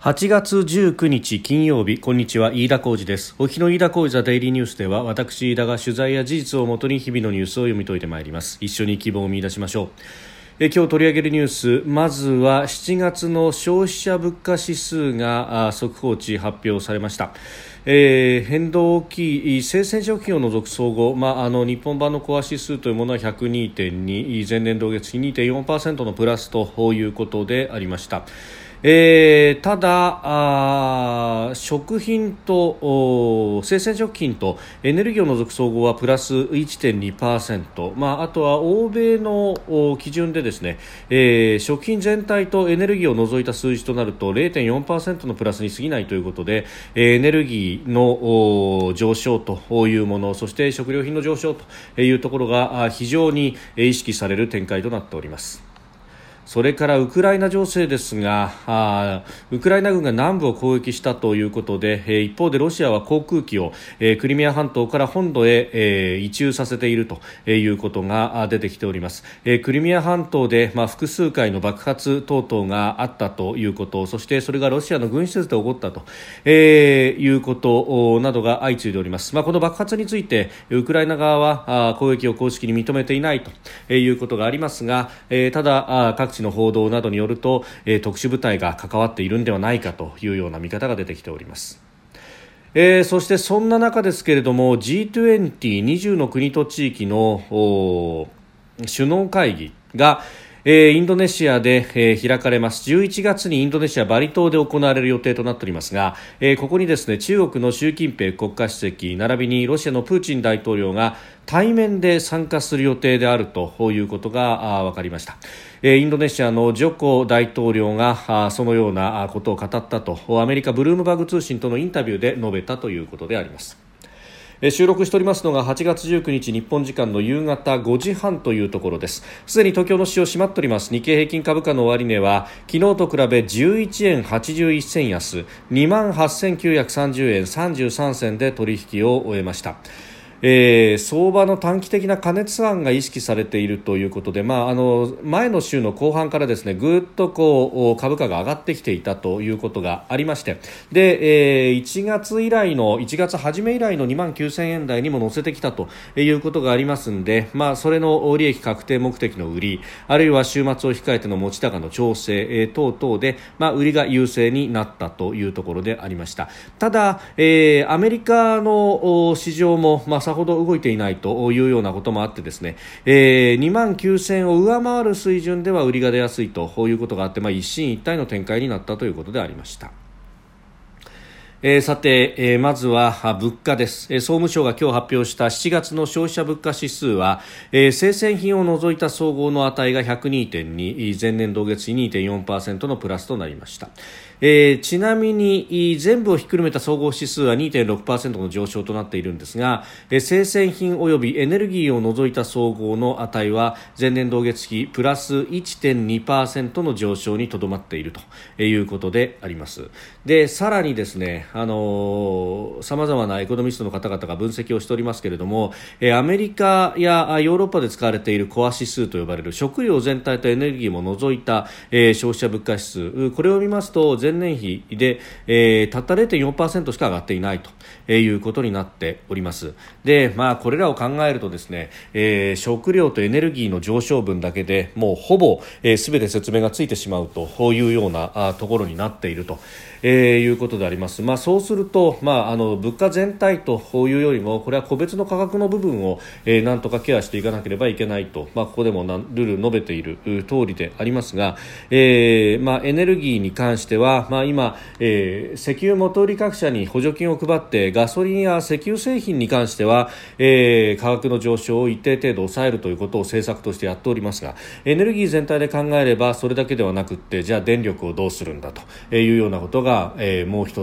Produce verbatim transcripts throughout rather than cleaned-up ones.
はちがつじゅうくにち金曜日、こんにちは、飯田浩司です。お日の飯田浩司ザデイリーニュースでは、私飯田が取材や事実をもとに日々のニュースを読み解いてまいります。一緒に希望を見出しましょう。え今日取り上げるニュース、まずはしちがつの消費者物価指数が速報値発表されました。えー、変動大きい生鮮食品を除く総合、まあ、あの日本版のコア指数というものは ひゃくにてんに、前年同月比 にてんよんパーセント のプラスということでありました。えー、ただあ食品と生鮮食品とエネルギーを除く総合はプラス いってんにパーセント、まあ、あとは欧米の基準でですね、えー、食品全体とエネルギーを除いた数字となると れいてんよんパーセント のプラスに過ぎないということで、エネルギーの上昇というもの、そして食料品の上昇というところが非常に意識される展開となっております。それからウクライナ情勢ですが、あウクライナ軍が南部を攻撃したということで、えー、一方でロシアは航空機を、えー、クリミア半島から本土へ、えー、移駐させているということが出てきております。えー、クリミア半島で、まあ、複数回の爆発等々があったということ、そしてそれがロシアの軍施設で起こったと、えー、いうことなどが相次いでおります。まあ、この爆発についてウクライナ側は攻撃を公式に認めていないということがありますが、えー、ただ各地の報道などによると、えー、特殊部隊が関わっているんではないかというような見方が出てきております。えー、そしてそんな中ですけれども ジーにじゅう、にじゅうの国と地域の首脳会議がえー、インドネシアで、えー、開かれます。じゅういちがつにインドネシアバリ島で行われる予定となっておりますが、えー、ここにですね、中国の習近平国家主席並びにロシアのプーチン大統領が対面で参加する予定であるということが分かりました。えー、インドネシアのジョコ大統領がそのようなことを語ったとアメリカブルームバーグ通信とのインタビューで述べたということであります。収録しておりますのがはちがつじゅうくにち日本時間の夕方ごじはんというところです。すでに東京の市場閉まっております。日経平均株価の終値は昨日と比べじゅういちえんはちじゅういっせん安 にまんはっせんきゅうひゃくさんじゅうえんさんじゅうさんせんで取引を終えました。えー、相場の短期的な過熱案が意識されているということで、まあ、あの前の週の後半からですね、ぐっとこう株価が上がってきていたということがありまして、で、えー、いちがつ以来のいちがつ初め以来のにまんきゅうせんえん台にも乗せてきたということがありますので、まあ、それの利益確定目的の売り、あるいは週末を控えての持ち高の調整、えー、等々で、まあ、売りが優勢になったというところでありました。ただ、えー、アメリカの市場も、まあさほど動いていないというようなこともあってですね、えー、にまんきゅうせんを上回る水準では売りが出やすいということがあって、まあ、一進一退の展開になったということでありました。えー、さて、えー、まずは物価です。えー、総務省が今日発表したしちがつの消費者物価指数は、えー、生鮮品を除いた総合の値が ひゃくにてんに、前年同月比 にてんよんパーセント のプラスとなりました。えー、ちなみに全部をひっくるめた総合指数は にてんろくパーセント の上昇となっているんですが、えー、生鮮品及びエネルギーを除いた総合の値は前年同月比プラス いってんにパーセント の上昇にとどまっているということであります。で、さらにですね、あのー、様々なエコノミストの方々が分析をしておりますけれども、えー、アメリカやヨーロッパで使われているコア指数と呼ばれる食料全体とエネルギーも除いた、えー、消費者物価指数、これを見ますと前年比で、えー、たった れいてんよんパーセント しか上がっていないということになっております。で、まあ、これらを考えるとですね、えー、食料とエネルギーの上昇分だけでもうほぼ、えー、全て説明がついてしまうというようなあところになっていると、えー、いうことであります。まあ、そうすると、まあ、あの物価全体というよりもこれは個別の価格の部分を、えー、なんとかケアしていかなければいけないと、まあ、ここでもルール述べている通りでありますが、えーまあ、エネルギーに関しては、まあ、今、えー、石油元売り各社に補助金を配ってガソリンや石油製品に関しては、えー、価格の上昇を一定程度抑えるということを政策としてやっておりますが、エネルギー全体で考えればそれだけではなくって、じゃあ電力をどうするんだというようなことが、えー、もう一つ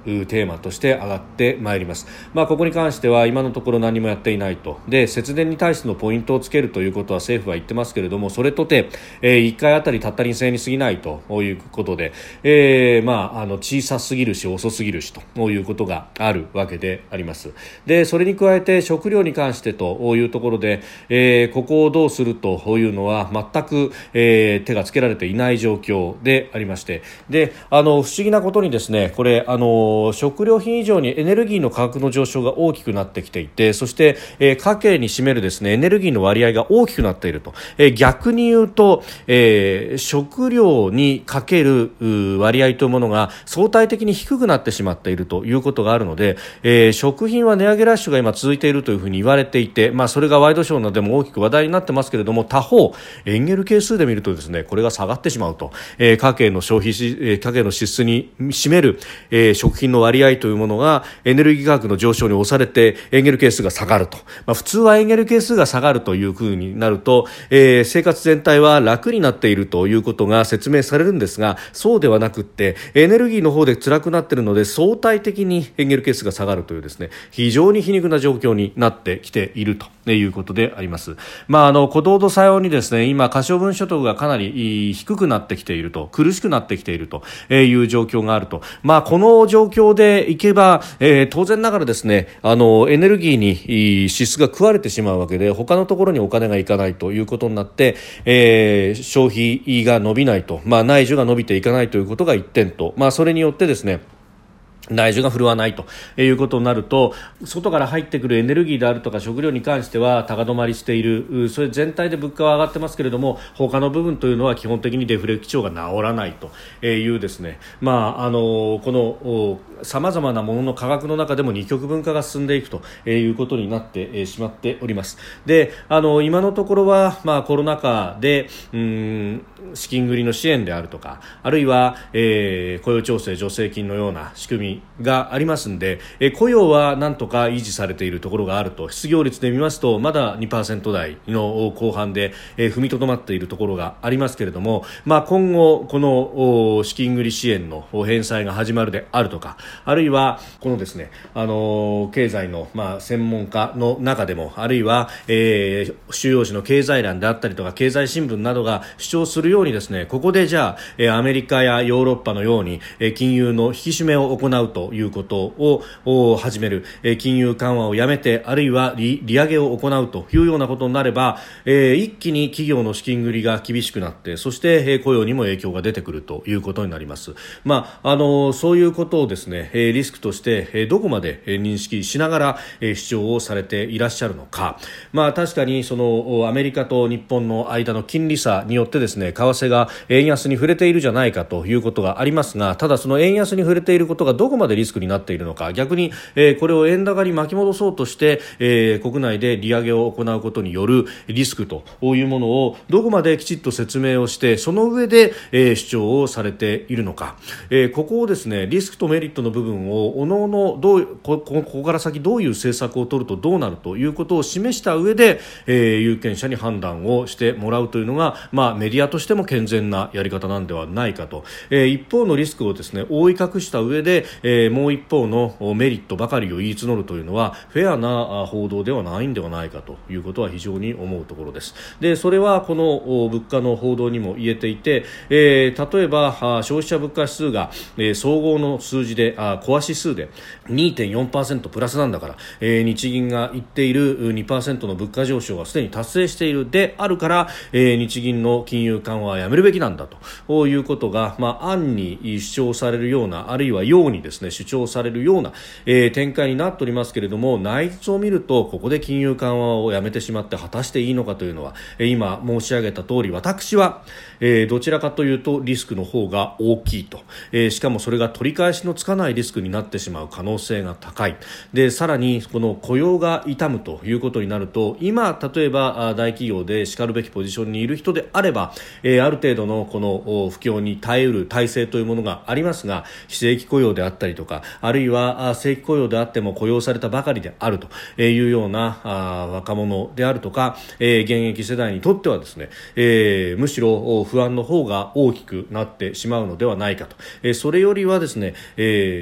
テーマとして上がってまいります。まあ、ここに関しては今のところ何もやっていないと。で、節電に対してのポイントをつけるということは政府は言ってますけれども、それとて、えー、いっかいあたりたったにせんえんに過ぎないということで、えーまあ、あの小さすぎるし遅すぎるしということがあるわけであります。で、それに加えて食料に関してというところで、えー、ここをどうするというのは全く、えー、手がつけられていない状況でありまして、で、あの不思議なことにですね、これあの食料品以上にエネルギーの価格の上昇が大きくなってきていて、そして、えー、家計に占めるですねエネルギーの割合が大きくなっていると、えー、逆に言うと、えー、食料にかける割合というものが相対的に低くなってしまっているということがあるので、えー、食品は値上げラッシュが今続いているというふうに言われていて、まあ、それがワイドショーなどでも大きく話題になってますけれども、他方エンゲル係数で見るとですね、これが下がってしまうと、えー、家計の消費し、えー、家計の支出に占める、えー、食品の割合というものがエネルギー価格の上昇に押されてエンゲル係数が下がると、まあ、普通はエンゲル係数が下がるというふうになると、えー、生活全体は楽になっているということが説明されるんですが、そうではなくってエネルギーの方で辛くなっているので相対的にエンゲル係数が下がるというですね、非常に皮肉な状況になってきているということであります。まあ、あの孤島とさようにですね、今可処分所得がかなり低くなってきていると、苦しくなってきているという状況があると、まあ、この状況でいけば、えー、当然ながらですね、あのエネルギーに支出が食われてしまうわけで、他のところにお金がいかないということになって、えー、消費が伸びないと、まあ、内需が伸びていかないということが一点と、まあ、それによってですね内需が振るわないということになると、外から入ってくるエネルギーであるとか食料に関しては高止まりしている。それ全体で物価は上がってますけれども、他の部分というのは基本的にデフレ基調が治らないというですね、まあ、あのこの様々なものの価格の中でも二極分化が進んでいくということになってしまっております。で、あの今のところは、まあ、コロナ禍でうーん資金繰りの支援であるとか、あるいは、えー、雇用調整助成金のような仕組みがありますので、えー、雇用はなんとか維持されているところがあると。失業率で見ますとまだ にパーセント 台の後半で、えー、踏みとどまっているところがありますけれども、まあ、今後この資金繰り支援の返済が始まるであるとか、あるいはこのですね、あのー、経済の、まあ、専門家の中でも、あるいは、えー、主要紙の経済欄であったりとか経済新聞などが主張するようにですね、ここでじゃあ、えー、アメリカやヨーロッパのように、えー、金融の引き締めを行うということを始める、えー、金融緩和をやめて、あるいは 利, 利上げを行うというようなことになれば、えー、一気に企業の資金繰りが厳しくなって、そして、えー、雇用にも影響が出てくるということになります。まあ、あのー、そういうことをですね、えー、リスクとして、えー、どこまで認識しながら、えー、主張をされていらっしゃるのか。まあ、確かにそのアメリカと日本の間の金利差によってですね、為替が円安に触れているじゃないかということがありますが、ただその円安に触れていることがどこまでリスクになっているのか、逆に、えー、これを円高に巻き戻そうとして、えー、国内で利上げを行うことによるリスクというものをどこまできちっと説明をして、その上で、えー、主張をされているのか、えー、ここをですね、リスクとメリットの部分をおのおのどうこここから先どういう政策を取るとどうなるということを示した上で、えー、有権者に判断をしてもらうというのが、まあ、メディアとしても健全なやり方なんではないかと、えー、一方のリスクをですね覆い隠した上で、えー、もう一方のメリットばかりを言い募るというのはフェアな報道ではないんではないかということは非常に思うところです。で、それはこの物価の報道にも言えていて、えー、例えば消費者物価指数が、えー、総合の数字であコア指数で にてんよんパーセント プラスなんだから、えー、日銀が言っている にパーセント の物価上昇はすでに達成しているであるから、えー、日銀の金融緩和はやめるべきなんだということが、まあ、暗に主張されるような、あるいは陽にですね主張されるような、えー、展開になっておりますけれども、内実を見るとここで金融緩和をやめてしまって果たしていいのかというのは、えー、今申し上げた通り、私は、えー、どちらかというとリスクの方が大きいと、えー、しかもそれが取り返しのつかないリスクになってしまう可能性が高い。で、さらにこの雇用が痛むということになると、今例えば大企業でしかるべきポジションにいる人であれば、えー、ある程度のこの不況に耐えうる体制というものがありますが、非正規雇用であったりとか、あるいは正規雇用であっても雇用されたばかりであるというようなあ若者であるとか、えー、現役世代にとってはですね、えー、むしろ不安の方が大きくなってしまうのではないかと、えー、それよりはですね、えー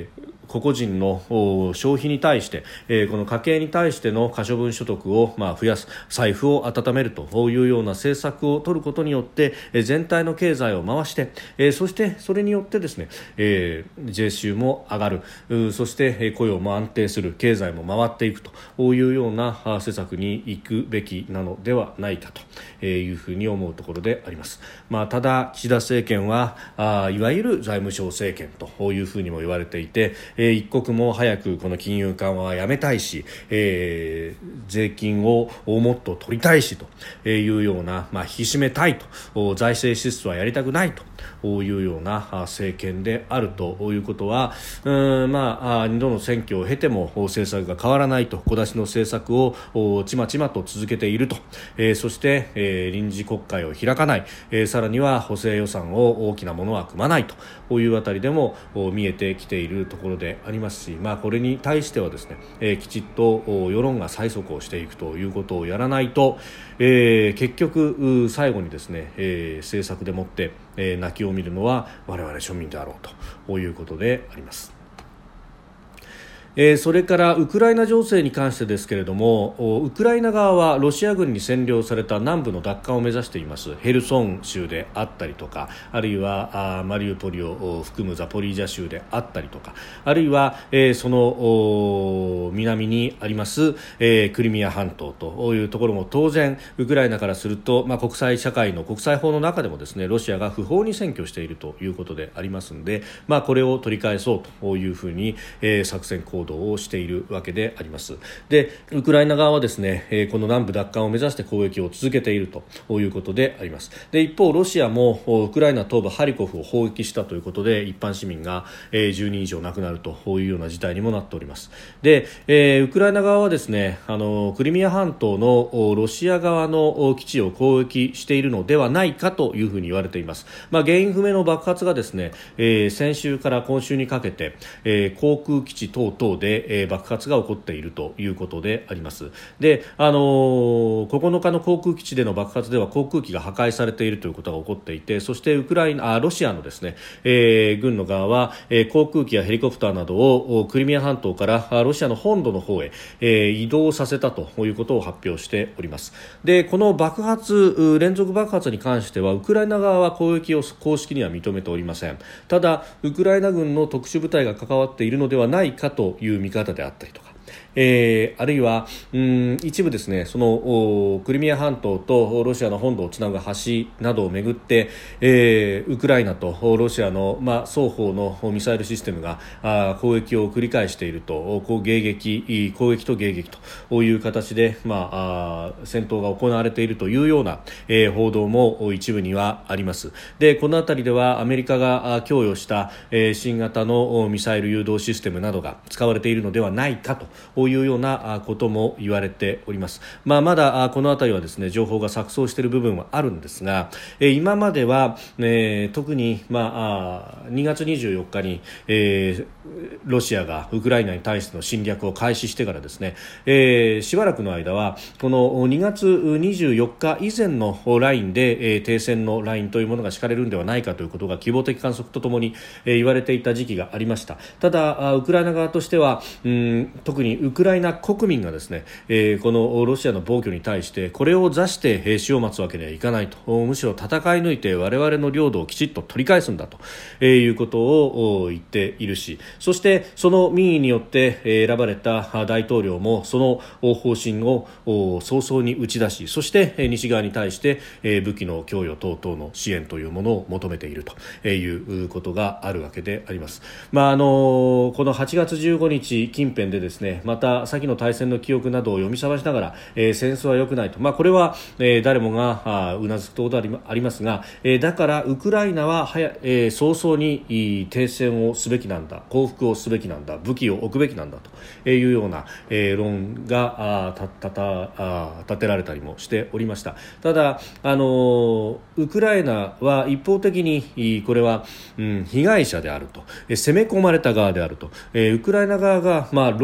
個々人の消費に対して、えー、この家計に対しての可処分所得を、まあ、増やす、財布を温めるというような政策を取ることによって、えー、全体の経済を回して、えー、そしてそれによってですね、えー、税収も上がる、そして、えー、雇用も安定する、経済も回っていくというような施策に行くべきなのではないかというふうに思うところであります。まあ、ただ岸田政権はあいわゆる財務省政権というふうにも言われていて、えー、一刻も早くこの金融緩和はやめたいし、えー、税金をもっと取りたいしというような、まあ、引き締めたいと、財政支出はやりたくないというような政権であるということは、うーん、まあ、にどの選挙を経ても政策が変わらないと、小出しの政策をちまちまと続けていると、えー、そして、えー、臨時国会を開かない、えー、さらには補正予算を大きなものは組まないというあたりでも見えてきているところでありますし、まあ、これに対してはですね、えー、きちっと世論が催促をしていくということをやらないと、えー、結局最後にですね、えー、政策でもって、えー、泣きを見るのは我々庶民であろうということであります。えー、それからウクライナ情勢に関してですけれども、ウクライナ側はロシア軍に占領された南部の奪還を目指していますヘルソン州であったりとか、あるいはあマリウポリを含むザポリージャ州であったりとか、あるいは、えー、その南にあります、えー、クリミア半島というところも当然ウクライナからすると、まあ、国際社会の国際法の中でもですね、ロシアが不法に占拠しているということでありますので、まあ、これを取り返そうというふうに、えー、作戦行動をしているわけであります。で、ウクライナ側はですね、えー、この南部奪還を目指して攻撃を続けているということであります。で、一方ロシアもウクライナ東部ハリコフを砲撃したということで一般市民が、えー、じゅうにん以上亡くなるというような事態にもなっております。で、えー、ウクライナ側はですね、あのクリミア半島のロシア側の基地を攻撃しているのではないかというふうに言われています。まあ、原因不明の爆発がですね、えー、先週から今週にかけて、えー、航空基地等々で、えー、爆発が起こっているということであります。で、あのー、ここのかの航空基地での爆発では航空機が破壊されているということが起こっていて、そしてウクライナあロシアのですね、えー、軍の側は、えー、航空機やヘリコプターなどをクリミア半島からロシアの本土の方へ、えー、移動させたということを発表しております。で、この爆発連続爆発に関してはウクライナ側は攻撃を公式には認めておりません。ただウクライナ軍の特殊部隊が関わっているのではないかという見方であったりとか、えー、あるいはうん一部ですね、そのクリミア半島とロシアの本土をつなぐ橋などをめぐって、えー、ウクライナとロシアの、まあ、双方のミサイルシステムがあ攻撃を繰り返していると、こう迎撃攻撃と迎撃という形で、まあ、あ戦闘が行われているというような、えー、報道も一部にはあります。で、このあたりではアメリカが供与した、えー、新型のミサイル誘導システムなどが使われているのではないかというようなことも言われております。まあ、まだこのあたりはですね、情報が錯綜している部分はあるんですが、えー、今までは、えー、特に、まあ、にがつにじゅうよっかに、えー、ロシアがウクライナに対しての侵略を開始してからですね、えー、しばらくの間はこのにがつにじゅうよっか以前のラインで、えー、停戦のラインというものが敷かれるんではないかということが希望的観測とともに、えー、言われていた時期がありました。ただウクライナ側としてはうん特にウクライナ国民がですね、えー、このロシアの暴挙に対してこれを座して兵士を待つわけにはいかないと、むしろ戦い抜いて我々の領土をきちっと取り返すんだと、えー、いうことを言っているし、そしてその民意によって選ばれた大統領もその方針を早々に打ち出し、そして西側に対して武器の供与等々の支援というものを求めているということがあるわけであります。まあ、あのこのはちがつじゅうごにち近辺でですね、また先の大戦の記憶などを読み覚ましながら、えー、戦争は良くないと、まあ、これは、えー、誰もがうなずくところでありますが、えー、だからウクライナははや、えー、早々に停戦をすべきなんだ、降伏をすべきなんだ、武器を置くべきなんだというような、えー、論があたたたあ立てられたりもしておりました。ただ、あのー、ウクライナは一方的にこれは、うん、被害者であると、えー、攻め込まれた側であると、えー、ウクライナ側が、まあ、ロシア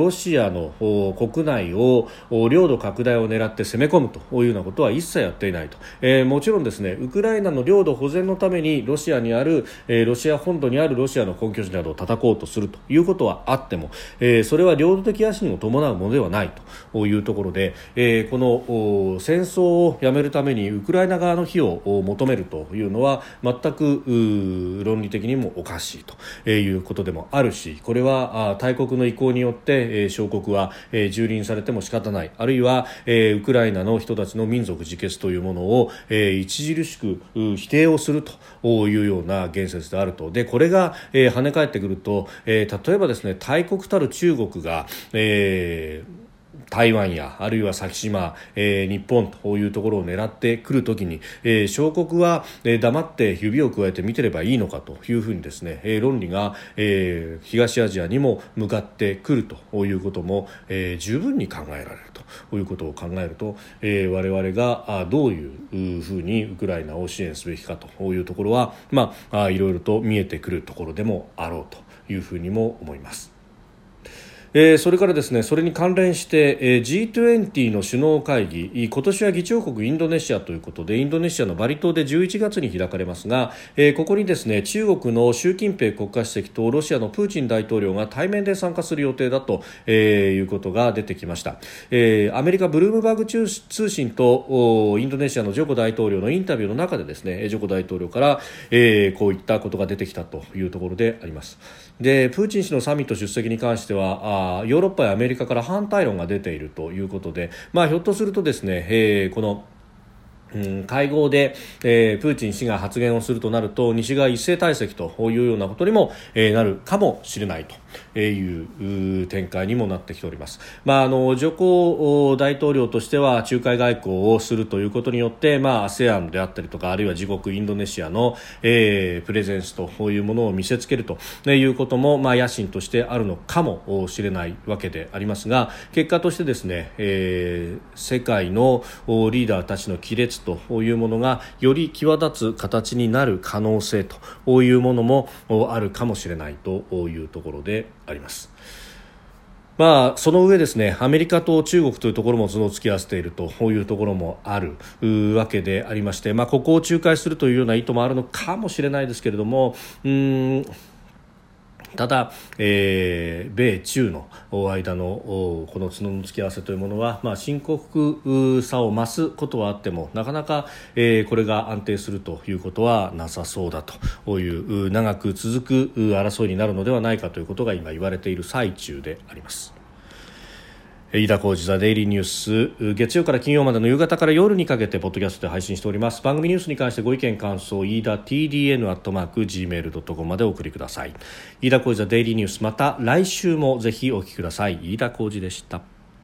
アの国内を領土拡大を狙って攻め込むというようなことは一切やっていないと、えー、もちろんですねウクライナの領土保全のためにロシアにある、えー、ロシア本土にあるロシアの根拠地などを叩こうとするということはあっても、えー、それは領土的野心を伴うものではないというところで、えー、この戦争をやめるためにウクライナ側の非を求めるというのは全く論理的にもおかしいということでもあるし、これは大国の意向によって小国は蹂躙されても仕方ない、あるいはウクライナの人たちの民族自決というものを著しく否定をするというような言説であると。でこれが跳ね返ってくると、例えばですね大国たる中国が、えー台湾やあるいは先島、えー、日本というところを狙ってくるときに、えー、小国は、えー、黙って指を加えて見てればいいのかというふうにですね、えー、論理が、えー、東アジアにも向かってくるということも、えー、十分に考えられるということを考えると、えー、我々があどういうふうにウクライナを支援すべきかというところは、まあ、あいろいろと見えてくるところでもあろうというふうにも思います。えー、それからですねそれに関連して、えー、ジートゥエンティー の首脳会議、今年は議長国インドネシアということでインドネシアのバリ島でじゅういちがつに開かれますが、えー、ここにですね中国の習近平国家主席とロシアのプーチン大統領が対面で参加する予定だと、えー、いうことが出てきました。えー、アメリカブルームバーグ通信とインドネシアのジョコ大統領のインタビューの中でですねジョコ大統領から、えー、こういったことが出てきたというところであります。でプーチン氏のサミット出席に関してはあヨーロッパやアメリカから反対論が出ているということで、まあ、ひょっとするとですね、えー、このうん、会合で、えー、プーチン氏が発言をするとなると西側一斉退席というようなことにも、えー、なるかもしれないという展開にもなってきております。まあ、あのジョコ大統領としては仲介外交をするということによって、まあ、アセアン であったりとかあるいは自国インドネシアの、えー、プレゼンスというものを見せつけるということも、まあ、野心としてあるのかもしれないわけでありますが、結果としてですね、えー、世界のリーダーたちの亀裂というものがより際立つ形になる可能性というものもあるかもしれないというところであります。まあ、その上ですねアメリカと中国というところも頭脳を突き合わせているというところもあるわけでありまして、まあ、ここを仲介するというような意図もあるのかもしれないですけれども、うーんただ、えー、米中の間のこの角の付き合わせというものは、まあ、深刻さを増すことはあってもなかなか、えー、これが安定するということはなさそうだという長く続く争いになるのではないかということが今言われている最中であります。飯田浩司ザデイリーニュース、月曜から金曜までの夕方から夜にかけてポッドキャストで配信しております。番組ニュースに関してご意見感想飯田 ティーディーエヌ アットマーク ジーメール ドットコム までお送りください。飯田浩司ザデイリーニュース、また来週もぜひお聞きください。飯田浩司でした。